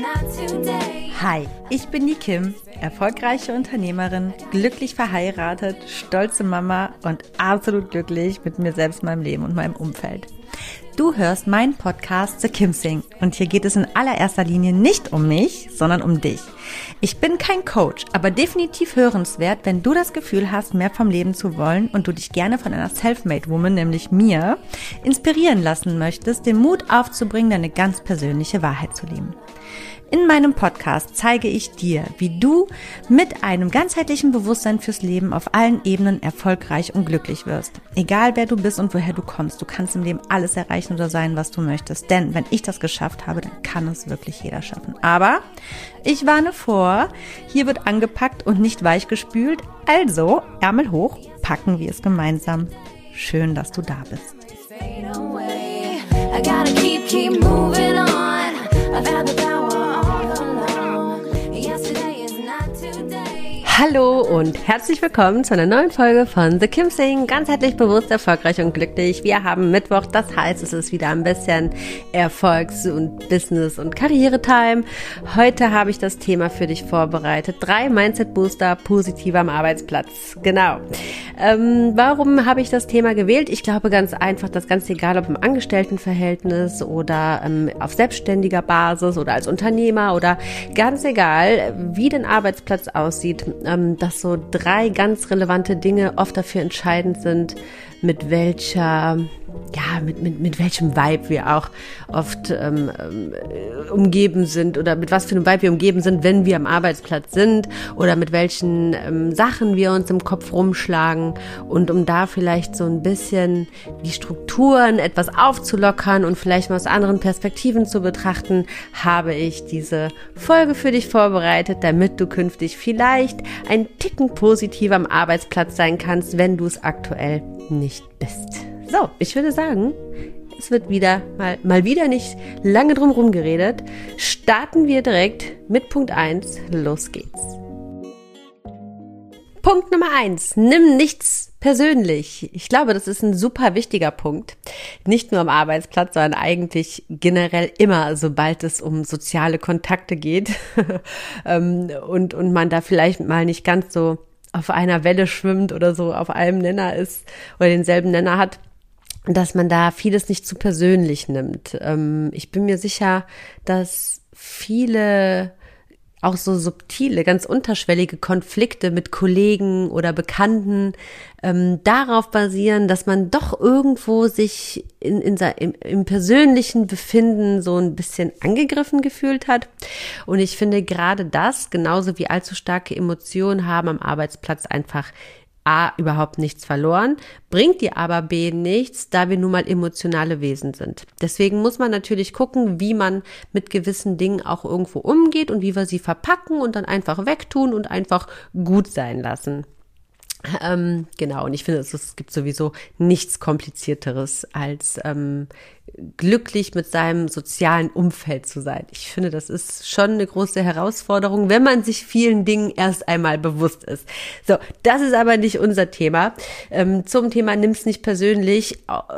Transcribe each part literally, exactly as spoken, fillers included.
Hi, ich bin die Kim, erfolgreiche Unternehmerin, glücklich verheiratet, stolze Mama und absolut glücklich mit mir selbst, meinem Leben und meinem Umfeld. Du hörst meinen Podcast The Kim Sing und hier geht es in allererster Linie nicht um mich, sondern um dich. Ich bin kein Coach, aber definitiv hörenswert, wenn du das Gefühl hast, mehr vom Leben zu wollen und du dich gerne von einer Selfmade-Woman, nämlich mir, inspirieren lassen möchtest, den Mut aufzubringen, deine ganz persönliche Wahrheit zu leben. In meinem Podcast zeige ich dir, wie du mit einem ganzheitlichen Bewusstsein fürs Leben auf allen Ebenen erfolgreich und glücklich wirst. Egal wer du bist und woher du kommst, du kannst im Leben alles erreichen oder sein, was du möchtest. Denn wenn ich das geschafft habe, dann kann es wirklich jeder schaffen. Aber ich warne vor, hier wird angepackt und nicht weichgespült. Also Ärmel hoch, packen wir es gemeinsam. Schön, dass du da bist. Hallo und herzlich willkommen zu einer neuen Folge von The Kim Sing, ganzheitlich bewusst, erfolgreich und glücklich. Wir haben Mittwoch, das heißt, es ist wieder ein bisschen Erfolgs- und Business- und Karriere-Time. Heute habe ich das Thema für dich vorbereitet. Drei Mindset-Booster positiv am Arbeitsplatz. Genau. Ähm, warum habe ich das Thema gewählt? Ich glaube ganz einfach, dass ganz egal, ob im Angestelltenverhältnis oder ähm, auf selbstständiger Basis oder als Unternehmer oder ganz egal, wie dein Arbeitsplatz aussieht, dass so drei ganz relevante Dinge oft dafür entscheidend sind, mit welcher, ja, mit, mit, mit welchem Vibe wir auch oft ähm, umgeben sind oder mit was für einem Vibe wir umgeben sind, wenn wir am Arbeitsplatz sind oder mit welchen ähm, Sachen wir uns im Kopf rumschlagen, und um da vielleicht so ein bisschen die Strukturen etwas aufzulockern und vielleicht mal aus anderen Perspektiven zu betrachten, habe ich diese Folge für dich vorbereitet, damit du künftig vielleicht ein Ticken positiver am Arbeitsplatz sein kannst, wenn du es aktuell nicht bist. So, ich würde sagen, es wird wieder mal, mal wieder nicht lange drum herum geredet. Starten wir direkt mit Punkt eins. Los geht's. Punkt Nummer eins. Nimm nichts persönlich. Ich glaube, das ist ein super wichtiger Punkt. Nicht nur am Arbeitsplatz, sondern eigentlich generell immer, sobald es um soziale Kontakte geht und, und man da vielleicht mal nicht ganz so auf einer Welle schwimmt oder so auf einem Nenner ist oder denselben Nenner hat, dass man da vieles nicht zu persönlich nimmt. Ähm, ich bin mir sicher, dass viele auch so subtile, ganz unterschwellige Konflikte mit Kollegen oder Bekannten ähm, darauf basieren, dass man doch irgendwo sich in, in im, im persönlichen Befinden so ein bisschen angegriffen gefühlt hat. Und ich finde gerade das, genauso wie allzu starke Emotionen, haben am Arbeitsplatz einfach A, überhaupt nichts verloren, bringt dir aber B, nichts, da wir nun mal emotionale Wesen sind. Deswegen muss man natürlich gucken, wie man mit gewissen Dingen auch irgendwo umgeht und wie wir sie verpacken und dann einfach wegtun und einfach gut sein lassen. Ähm, genau, und ich finde, es, es gibt sowieso nichts Komplizierteres als ähm, glücklich mit seinem sozialen Umfeld zu sein. Ich finde, das ist schon eine große Herausforderung, wenn man sich vielen Dingen erst einmal bewusst ist. So, das ist aber nicht unser Thema. Ähm, zum Thema nimm's nicht persönlich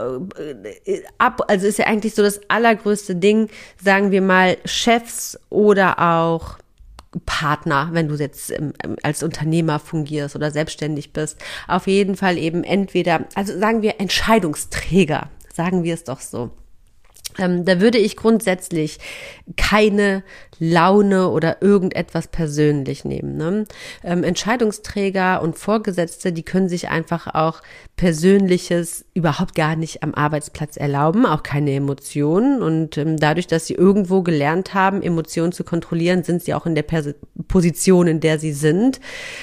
äh, ab, also ist ja eigentlich so das allergrößte Ding, sagen wir mal, Chefs oder auch Partner, wenn du jetzt ähm, als Unternehmer fungierst oder selbstständig bist, auf jeden Fall eben entweder, also sagen wir Entscheidungsträger, sagen wir es doch so. Ähm, da würde ich grundsätzlich keine Laune oder irgendetwas persönlich nehmen. Ne? Ähm, Entscheidungsträger und Vorgesetzte, die können sich einfach auch Persönliches überhaupt gar nicht am Arbeitsplatz erlauben, auch keine Emotionen. Und ähm, dadurch, dass sie irgendwo gelernt haben, Emotionen zu kontrollieren, sind sie auch in der Pers- Position, in der sie sind.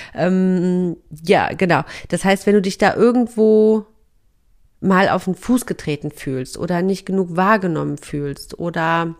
Ähm, ja, genau. Das heißt, wenn du dich da irgendwo mal auf den Fuß getreten fühlst oder nicht genug wahrgenommen fühlst oder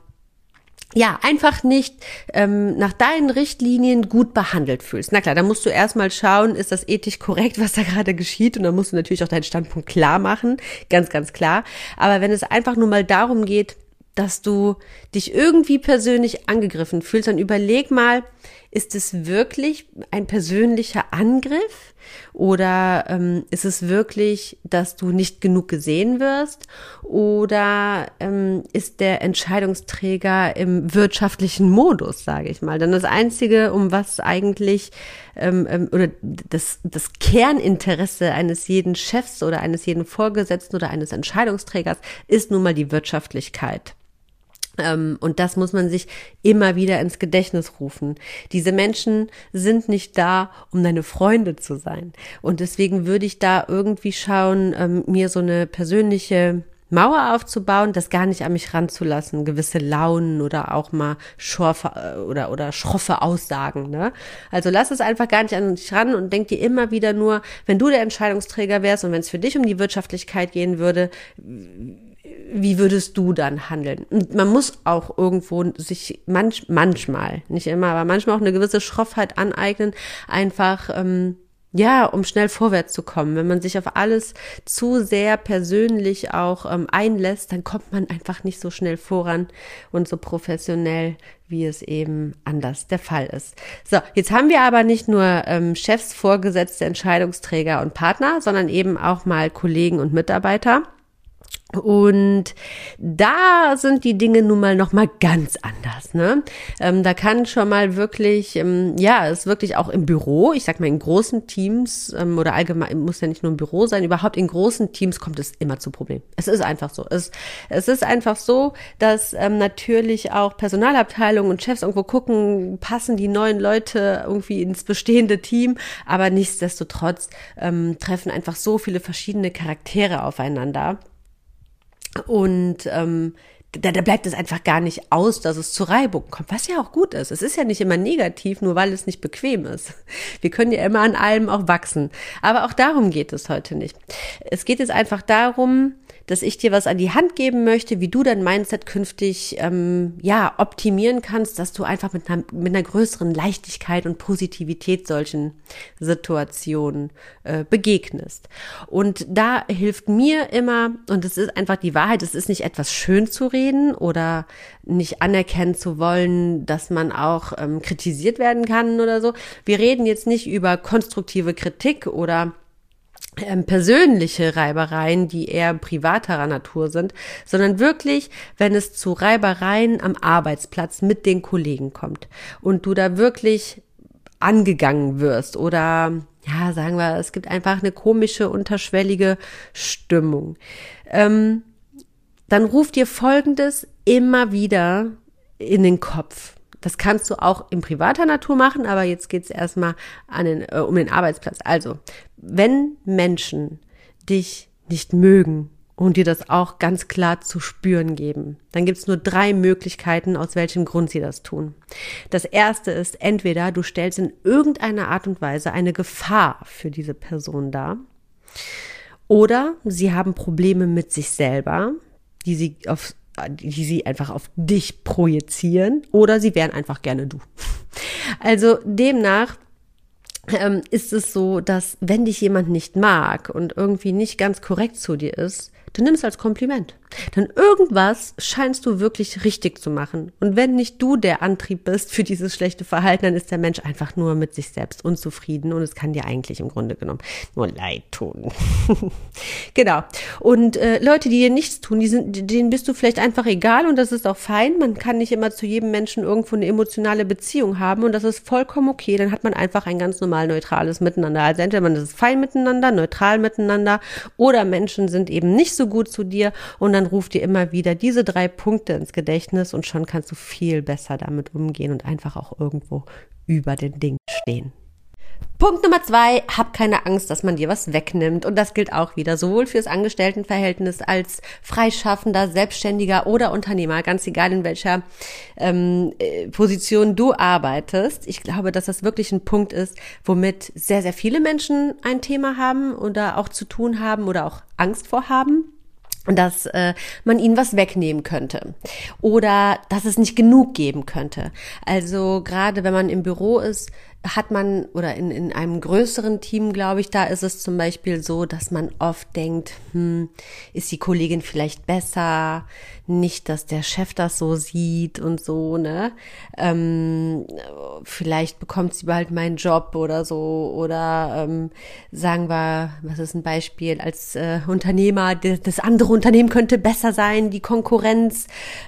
ja, einfach nicht ähm, nach deinen Richtlinien gut behandelt fühlst. Na klar, da musst du erstmal schauen, ist das ethisch korrekt, was da gerade geschieht, und dann musst du natürlich auch deinen Standpunkt klar machen, ganz, ganz klar. Aber wenn es einfach nur mal darum geht, dass du dich irgendwie persönlich angegriffen fühlst, dann überleg mal, ist es wirklich ein persönlicher Angriff oder ähm, ist es wirklich, dass du nicht genug gesehen wirst oder ähm, ist der Entscheidungsträger im wirtschaftlichen Modus, sage ich mal. Denn das Einzige, um was eigentlich ähm, ähm, oder das, das Kerninteresse eines jeden Chefs oder eines jeden Vorgesetzten oder eines Entscheidungsträgers ist nun mal die Wirtschaftlichkeit. Und das muss man sich immer wieder ins Gedächtnis rufen. Diese Menschen sind nicht da, um deine Freunde zu sein. Und deswegen würde ich da irgendwie schauen, mir so eine persönliche Mauer aufzubauen, das gar nicht an mich ranzulassen, gewisse Launen oder auch mal schroffe oder, oder schroffe Aussagen, ne? Also lass es einfach gar nicht an dich ran und denk dir immer wieder nur, wenn du der Entscheidungsträger wärst und wenn es für dich um die Wirtschaftlichkeit gehen würde, wie würdest du dann handeln? Und man muss auch irgendwo sich manch, manchmal, nicht immer, aber manchmal auch eine gewisse Schroffheit aneignen, einfach, ähm, ja, um schnell vorwärts zu kommen. Wenn man sich auf alles zu sehr persönlich auch ähm, einlässt, dann kommt man einfach nicht so schnell voran und so professionell, wie es eben anders der Fall ist. So, jetzt haben wir aber nicht nur ähm, Chefs, Vorgesetzte, Entscheidungsträger und Partner, sondern eben auch mal Kollegen und Mitarbeiter. Und da sind die Dinge nun mal noch mal ganz anders, ne? Ähm, da kann schon mal wirklich, ähm, ja, ist wirklich auch im Büro, ich sag mal in großen Teams ähm, oder allgemein, muss ja nicht nur im Büro sein, überhaupt in großen Teams kommt es immer zu Problemen. Es ist einfach so. Es, es ist einfach so, dass ähm, natürlich auch Personalabteilungen und Chefs irgendwo gucken, passen die neuen Leute irgendwie ins bestehende Team, aber nichtsdestotrotz ähm, treffen einfach so viele verschiedene Charaktere aufeinander. Und ähm, da, da bleibt es einfach gar nicht aus, dass es zu Reibung kommt, was ja auch gut ist. Es ist ja nicht immer negativ, nur weil es nicht bequem ist. Wir können ja immer an allem auch wachsen. Aber auch darum geht es heute nicht. Es geht jetzt einfach darum, dass ich dir was an die Hand geben möchte, wie du dein Mindset künftig ähm, ja optimieren kannst, dass du einfach mit einer, mit einer größeren Leichtigkeit und Positivität solchen Situationen äh, begegnest. Und da hilft mir immer, und es ist einfach die Wahrheit, es ist nicht etwas schön zu reden oder nicht anerkennen zu wollen, dass man auch ähm, kritisiert werden kann oder so. Wir reden jetzt nicht über konstruktive Kritik oder Ähm, persönliche Reibereien, die eher privaterer Natur sind, sondern wirklich, wenn es zu Reibereien am Arbeitsplatz mit den Kollegen kommt und du da wirklich angegangen wirst oder, ja, sagen wir, es gibt einfach eine komische, unterschwellige Stimmung, ähm, dann ruf dir Folgendes immer wieder in den Kopf. Das kannst du auch in privater Natur machen, aber jetzt geht's erstmal an den, äh, um den Arbeitsplatz. Also, wenn Menschen dich nicht mögen und dir das auch ganz klar zu spüren geben, dann gibt's nur drei Möglichkeiten, aus welchem Grund sie das tun. Das erste ist, entweder du stellst in irgendeiner Art und Weise eine Gefahr für diese Person dar, oder sie haben Probleme mit sich selber, die sie auf die sie einfach auf dich projizieren, oder sie wären einfach gerne du. Also demnach ähm, ist es so, dass wenn dich jemand nicht mag und irgendwie nicht ganz korrekt zu dir ist, du nimmst als Kompliment. Denn irgendwas scheinst du wirklich richtig zu machen. Und wenn nicht du der Antrieb bist für dieses schlechte Verhalten, dann ist der Mensch einfach nur mit sich selbst unzufrieden und es kann dir eigentlich im Grunde genommen nur leid tun. Genau. Und äh, Leute, die dir nichts tun, die sind, denen bist du vielleicht einfach egal und das ist auch fein. Man kann nicht immer zu jedem Menschen irgendwo eine emotionale Beziehung haben und das ist vollkommen okay. Dann hat man einfach ein ganz normal neutrales Miteinander. Also entweder man ist fein miteinander, neutral miteinander oder Menschen sind eben nicht so gut zu dir und dann ruf dir immer wieder diese drei Punkte ins Gedächtnis und schon kannst du viel besser damit umgehen und einfach auch irgendwo über den Dingen stehen. Punkt Nummer zwei, hab keine Angst, dass man dir was wegnimmt. Und das gilt auch wieder sowohl fürs Angestelltenverhältnis als Freischaffender, Selbstständiger oder Unternehmer, ganz egal in welcher ähm, Position du arbeitest. Ich glaube, dass das wirklich ein Punkt ist, womit sehr, sehr viele Menschen ein Thema haben oder auch zu tun haben oder auch Angst vor haben. Dass äh, man ihnen was wegnehmen könnte oder dass es nicht genug geben könnte. Also gerade wenn man im Büro ist, hat man, oder in, in einem größeren Team, glaube ich, da ist es zum Beispiel so, dass man oft denkt, hm, ist die Kollegin vielleicht besser? Nicht, dass der Chef das so sieht und so, ne? Ähm, vielleicht bekommt sie bald meinen Job oder so, oder ähm, sagen wir, was ist ein Beispiel, als äh, Unternehmer, das, das andere Unternehmen könnte besser sein, die Konkurrenz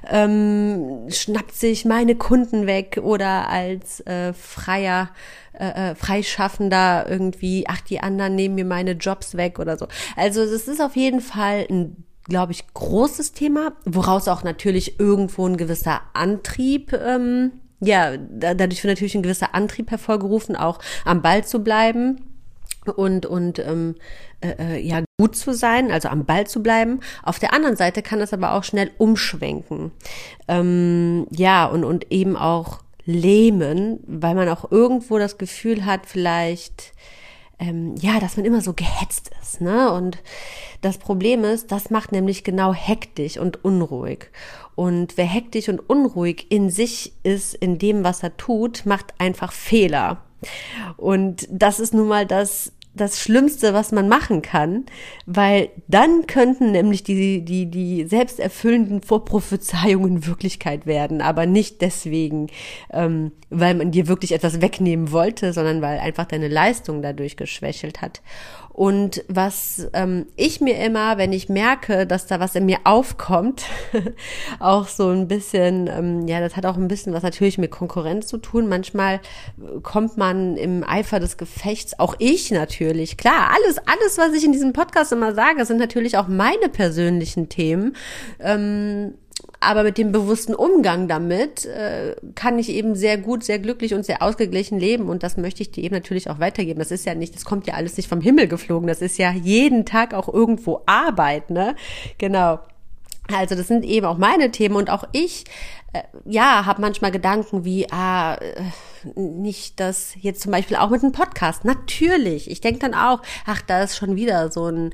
ähm, schnappt sich meine Kunden weg, oder als äh, freier äh, Freischaffender irgendwie, ach, die anderen nehmen mir meine Jobs weg oder so. Also das ist auf jeden Fall ein, glaube ich, großes Thema, woraus auch natürlich irgendwo ein gewisser Antrieb, ähm, ja, dadurch wird natürlich ein gewisser Antrieb hervorgerufen, auch am Ball zu bleiben und und ähm, äh, ja, gut zu sein, also am Ball zu bleiben. Auf der anderen Seite kann das aber auch schnell umschwenken, ähm, ja, und und eben auch lähmen, weil man auch irgendwo das Gefühl hat, vielleicht ähm, ja, dass man immer so gehetzt ist, ne? Und das Problem ist, das macht nämlich genau hektisch und unruhig. Und wer hektisch und unruhig in sich ist, in dem, was er tut, macht einfach Fehler. Und das ist nun mal das das Schlimmste, was man machen kann, weil dann könnten nämlich die die die selbsterfüllenden Vorprophezeiungen Wirklichkeit werden, aber nicht deswegen, ähm, weil man dir wirklich etwas wegnehmen wollte, sondern weil einfach deine Leistung dadurch geschwächelt hat. Und was ähm, ich mir immer, wenn ich merke, dass da was in mir aufkommt, auch so ein bisschen, ähm, ja, das hat auch ein bisschen was natürlich mit Konkurrenz zu tun. Manchmal kommt man im Eifer des Gefechts, auch ich natürlich, klar, alles, alles, was ich in diesem Podcast immer sage, sind natürlich auch meine persönlichen Themen. Ähm, Aber mit dem bewussten Umgang damit äh, kann ich eben sehr gut, sehr glücklich und sehr ausgeglichen leben. Und das möchte ich dir eben natürlich auch weitergeben. Das ist ja nicht, das kommt ja alles nicht vom Himmel geflogen. Das ist ja jeden Tag auch irgendwo Arbeit, ne? Genau. Also das sind eben auch meine Themen. Und auch ich, äh, ja, habe manchmal Gedanken wie, ah, äh, nicht das jetzt zum Beispiel auch mit einem Podcast. Natürlich. Ich denke dann auch, ach, da ist schon wieder so ein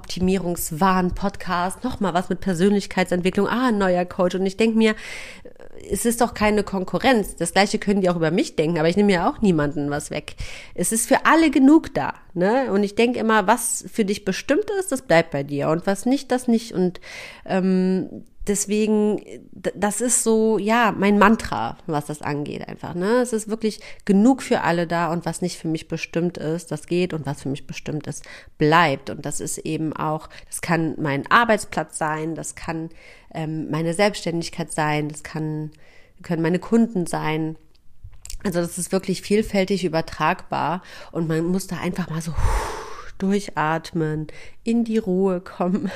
Optimierungswahn-Podcast. Nochmal was mit Persönlichkeitsentwicklung. Ah, ein neuer Coach. Und ich denke mir, es ist doch keine Konkurrenz. Das Gleiche können die auch über mich denken, aber ich nehme ja auch niemanden was weg. Es ist für alle genug da, ne? Und ich denke immer, was für dich bestimmt ist, das bleibt bei dir. Und was nicht, das nicht. Und ähm, deswegen, das ist so, ja, mein Mantra, was das angeht einfach, ne? Es ist wirklich genug für alle da, und was nicht für mich bestimmt ist, das geht, und was für mich bestimmt ist, bleibt. Und das ist eben auch, das kann mein Arbeitsplatz sein, das kann ähm, meine Selbstständigkeit sein, das kann, können meine Kunden sein. Also das ist wirklich vielfältig übertragbar, und man muss da einfach mal so durchatmen, in die Ruhe kommen.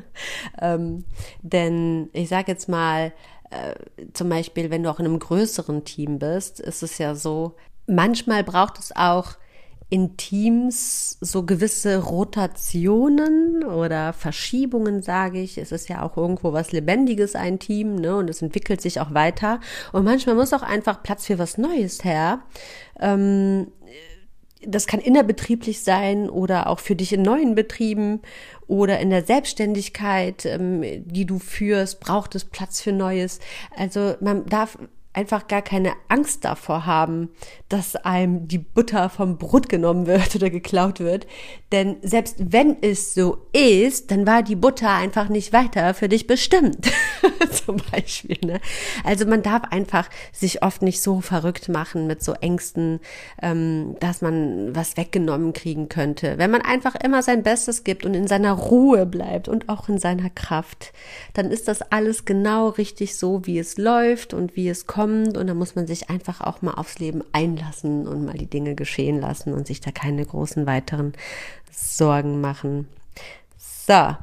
ähm, denn ich sage jetzt mal, äh, zum Beispiel, wenn du auch in einem größeren Team bist, ist es ja so, manchmal braucht es auch in Teams so gewisse Rotationen oder Verschiebungen, sage ich. Es ist ja auch irgendwo was Lebendiges, ein Team, ne? Und es entwickelt sich auch weiter. Und manchmal muss auch einfach Platz für was Neues her. Ähm, Das kann innerbetrieblich sein oder auch für dich in neuen Betrieben oder in der Selbstständigkeit, ähm, die du führst, braucht es Platz für Neues. Also man darf einfach gar keine Angst davor haben, dass einem die Butter vom Brot genommen wird oder geklaut wird. Denn selbst wenn es so ist, dann war die Butter einfach nicht weiter für dich bestimmt. Zum Beispiel, ne? Also man darf einfach sich oft nicht so verrückt machen mit so Ängsten, ähm, dass man was weggenommen kriegen könnte. Wenn man einfach immer sein Bestes gibt und in seiner Ruhe bleibt und auch in seiner Kraft, dann ist das alles genau richtig so, wie es läuft und wie es kommt. Und dann muss man sich einfach auch mal aufs Leben einlassen und mal die Dinge geschehen lassen und sich da keine großen weiteren Sorgen machen. So,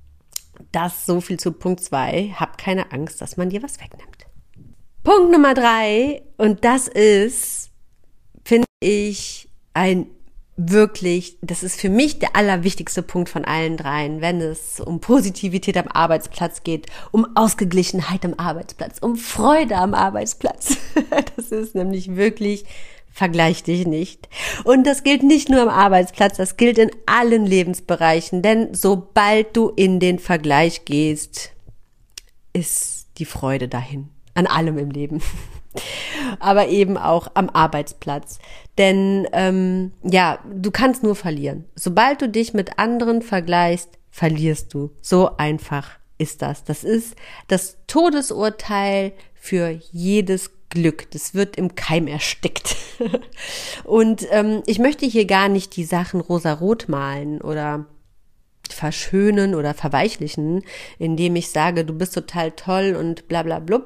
das so viel zu Punkt zwei. Hab keine Angst, dass man dir was wegnimmt. Punkt Nummer drei, und das ist, finde ich, ein wirklich, das ist für mich der allerwichtigste Punkt von allen dreien, wenn es um Positivität am Arbeitsplatz geht, um Ausgeglichenheit am Arbeitsplatz, um Freude am Arbeitsplatz. Das ist nämlich wirklich, vergleich dich nicht. Und das gilt nicht nur am Arbeitsplatz, das gilt in allen Lebensbereichen, denn sobald du in den Vergleich gehst, ist die Freude dahin, an allem im Leben. aber eben auch am Arbeitsplatz. Denn ähm, ja, du kannst nur verlieren. Sobald du dich mit anderen vergleichst, verlierst du. So einfach ist das. Das ist das Todesurteil für jedes Glück. Das wird im Keim erstickt. Und ähm, ich möchte hier gar nicht die Sachen rosarot malen oder verschönen oder verweichlichen, indem ich sage, du bist total toll und bla bla blub.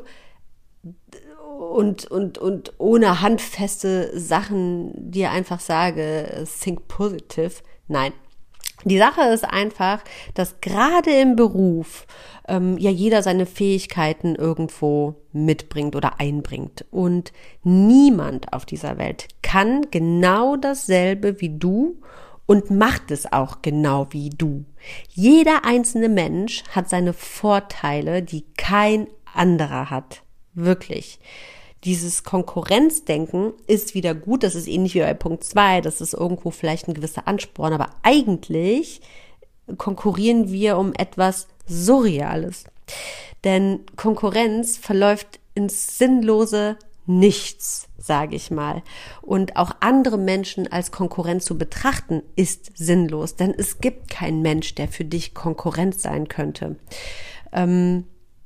Und, und, und ohne handfeste Sachen dir einfach sage, think positive. Nein. Die Sache ist einfach, dass gerade im Beruf ähm, ja jeder seine Fähigkeiten irgendwo mitbringt oder einbringt. Und niemand auf dieser Welt kann genau dasselbe wie du und macht es auch genau wie du. Jeder einzelne Mensch hat seine Vorteile, die kein anderer hat. Wirklich. Dieses Konkurrenzdenken ist wieder gut, das ist ähnlich wie bei Punkt zwei, das ist irgendwo vielleicht ein gewisser Ansporn, aber eigentlich konkurrieren wir um etwas Surreales. Denn Konkurrenz verläuft ins sinnlose Nichts, sage ich mal. Und auch andere Menschen als Konkurrent zu betrachten, ist sinnlos, denn es gibt keinen Mensch, der für dich Konkurrent sein könnte. Ähm,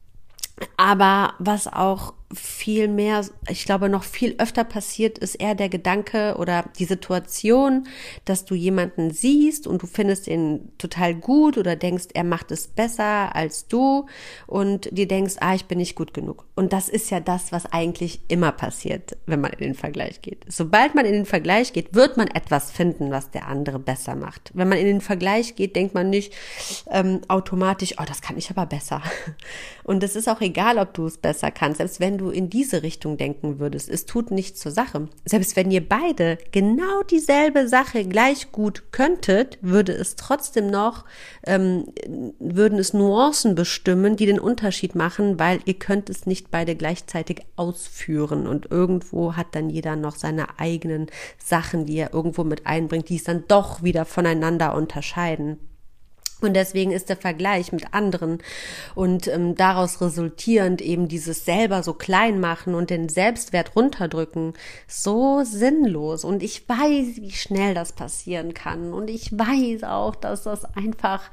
aber was auch viel mehr, ich glaube noch viel öfter passiert, ist eher der Gedanke oder die Situation, dass du jemanden siehst und du findest ihn total gut oder denkst, er macht es besser als du und dir denkst, ah, ich bin nicht gut genug. Und das ist ja das, was eigentlich immer passiert, wenn man in den Vergleich geht. Sobald man in den Vergleich geht, wird man etwas finden, was der andere besser macht. Wenn man in den Vergleich geht, denkt man nicht ähm, automatisch, oh, das kann ich aber besser. Und es ist auch egal, ob du es besser kannst, selbst wenn du in diese Richtung denken würdest. Es tut nichts zur Sache. Selbst wenn ihr beide genau dieselbe Sache gleich gut könntet, würde es trotzdem noch, ähm, würden es Nuancen bestimmen, die den Unterschied machen, weil ihr könnt es nicht beide gleichzeitig ausführen und irgendwo hat dann jeder noch seine eigenen Sachen, die er irgendwo mit einbringt, die es dann doch wieder voneinander unterscheiden. Und deswegen ist der Vergleich mit anderen und ähm, daraus resultierend eben dieses selber so klein machen und den Selbstwert runterdrücken so sinnlos. Und ich weiß, wie schnell das passieren kann. Und ich weiß auch, dass das einfach,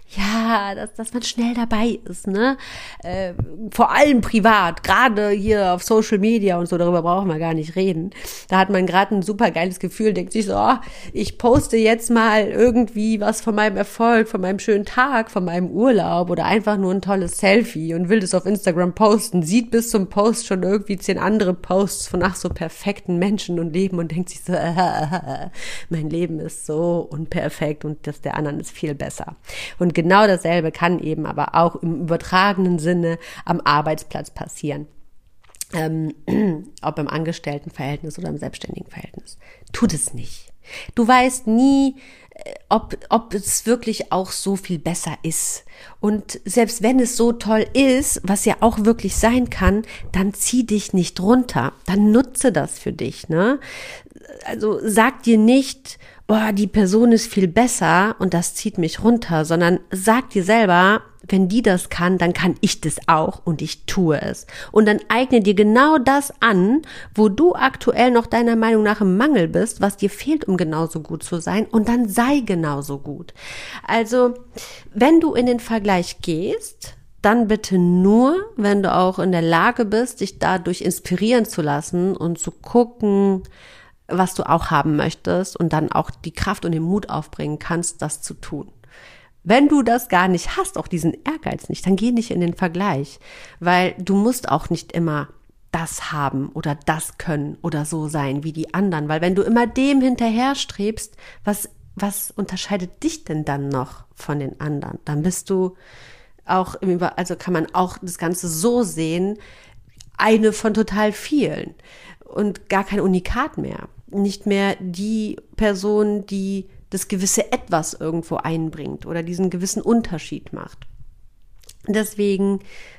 ja, dass, dass man schnell dabei ist, ne? Äh, vor allem privat, gerade hier auf Social Media und so, darüber brauchen wir gar nicht reden. Da hat man gerade ein super geiles Gefühl, denkt sich so, oh, ich poste jetzt mal irgendwie was von meinem Erfolg, von meinem schönen Tag, von meinem Urlaub oder einfach nur ein tolles Selfie und will das auf Instagram posten, sieht bis zum Post schon irgendwie zehn andere Posts von ach so perfekten Menschen und Leben und denkt sich so, äh, mein Leben ist so unperfekt und das der anderen ist viel besser. Und genau dasselbe kann eben aber auch im übertragenen Sinne am Arbeitsplatz passieren. Ähm, ob im Angestelltenverhältnis oder im selbstständigen Verhältnis. Tut es nicht. Du weißt nie, ob, ob es wirklich auch so viel besser ist. Und selbst wenn es so toll ist, was ja auch wirklich sein kann, dann zieh dich nicht runter. Dann nutze das für dich, ne? Also sag dir nicht, boah, die Person ist viel besser und das zieht mich runter, sondern sag dir selber, wenn die das kann, dann kann ich das auch und ich tue es. Und dann eigne dir genau das an, wo du aktuell noch deiner Meinung nach im Mangel bist, was dir fehlt, um genauso gut zu sein, und dann sei genauso gut. Also, wenn du in den Vergleich gehst, dann bitte nur, wenn du auch in der Lage bist, dich dadurch inspirieren zu lassen und zu gucken, was du auch haben möchtest und dann auch die Kraft und den Mut aufbringen kannst, das zu tun. Wenn du das gar nicht hast, auch diesen Ehrgeiz nicht, dann geh nicht in den Vergleich, weil du musst auch nicht immer das haben oder das können oder so sein wie die anderen, weil wenn du immer dem hinterherstrebst, was, was unterscheidet dich denn dann noch von den anderen? Dann bist du auch, im Über- also kann man auch das Ganze so sehen, eine von total vielen und gar kein Unikat mehr. Nicht mehr die Person, die das gewisse Etwas irgendwo einbringt oder diesen gewissen Unterschied macht. Deswegen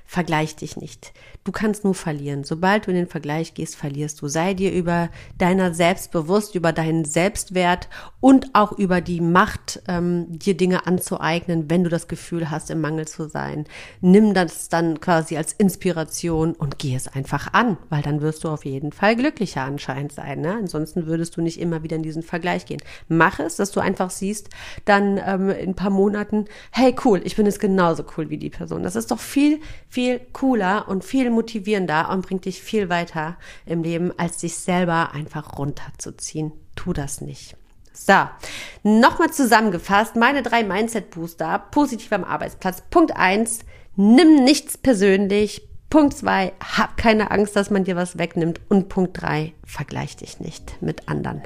vergleich dich nicht. Du kannst nur verlieren. Sobald du in den Vergleich gehst, verlierst du. Sei dir über deiner selbst bewusst, über deinen Selbstwert und auch über die Macht, ähm, dir Dinge anzueignen, wenn du das Gefühl hast, im Mangel zu sein. Nimm das dann quasi als Inspiration und geh es einfach an, weil dann wirst du auf jeden Fall glücklicher anscheinend sein. Ne? Ansonsten würdest du nicht immer wieder in diesen Vergleich gehen. Mach es, dass du einfach siehst, dann ähm, in ein paar Monaten, hey cool, ich bin jetzt genauso cool wie die Person. Das ist doch viel, viel cooler und viel motivierender und bringt dich viel weiter im Leben, als dich selber einfach runterzuziehen. Tu das nicht. So, nochmal zusammengefasst, meine drei Mindset-Booster, positiv am Arbeitsplatz. Punkt eins, nimm nichts persönlich. Punkt zwei, hab keine Angst, dass man dir was wegnimmt. Und Punkt drei, vergleich dich nicht mit anderen.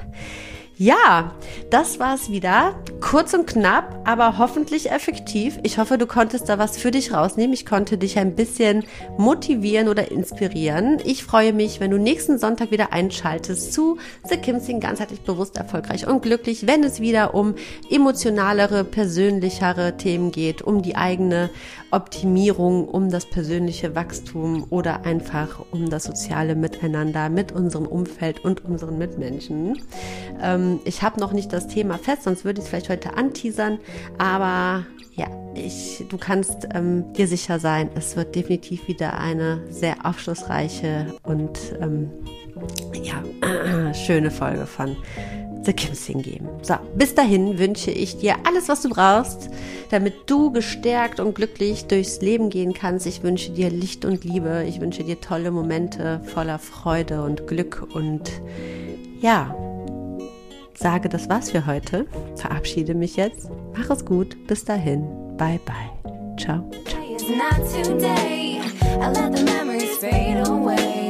Ja, das war's wieder. Kurz und knapp, aber hoffentlich effektiv. Ich hoffe, du konntest da was für dich rausnehmen. Ich konnte dich ein bisschen motivieren oder inspirieren. Ich freue mich, wenn du nächsten Sonntag wieder einschaltest zu The Kim Sing, ganzheitlich bewusst, erfolgreich und glücklich, wenn es wieder um emotionalere, persönlichere Themen geht, um die eigene Optimierung, um das persönliche Wachstum oder einfach um das soziale Miteinander mit unserem Umfeld und unseren Mitmenschen. Ähm, ich habe noch nicht das Thema fest, sonst würde ich es vielleicht heute anteasern, aber ja, ich, du kannst ähm, dir sicher sein, es wird definitiv wieder eine sehr aufschlussreiche und ähm, ja, äh, schöne Folge von The Kim Sing geben. So, bis dahin wünsche ich dir alles, was du brauchst, damit du gestärkt und glücklich durchs Leben gehen kannst. Ich wünsche dir Licht und Liebe. Ich wünsche dir tolle Momente voller Freude und Glück und ja, sage, das war's für heute. Verabschiede mich jetzt. Mach es gut. Bis dahin. Bye, bye. Ciao. Ciao.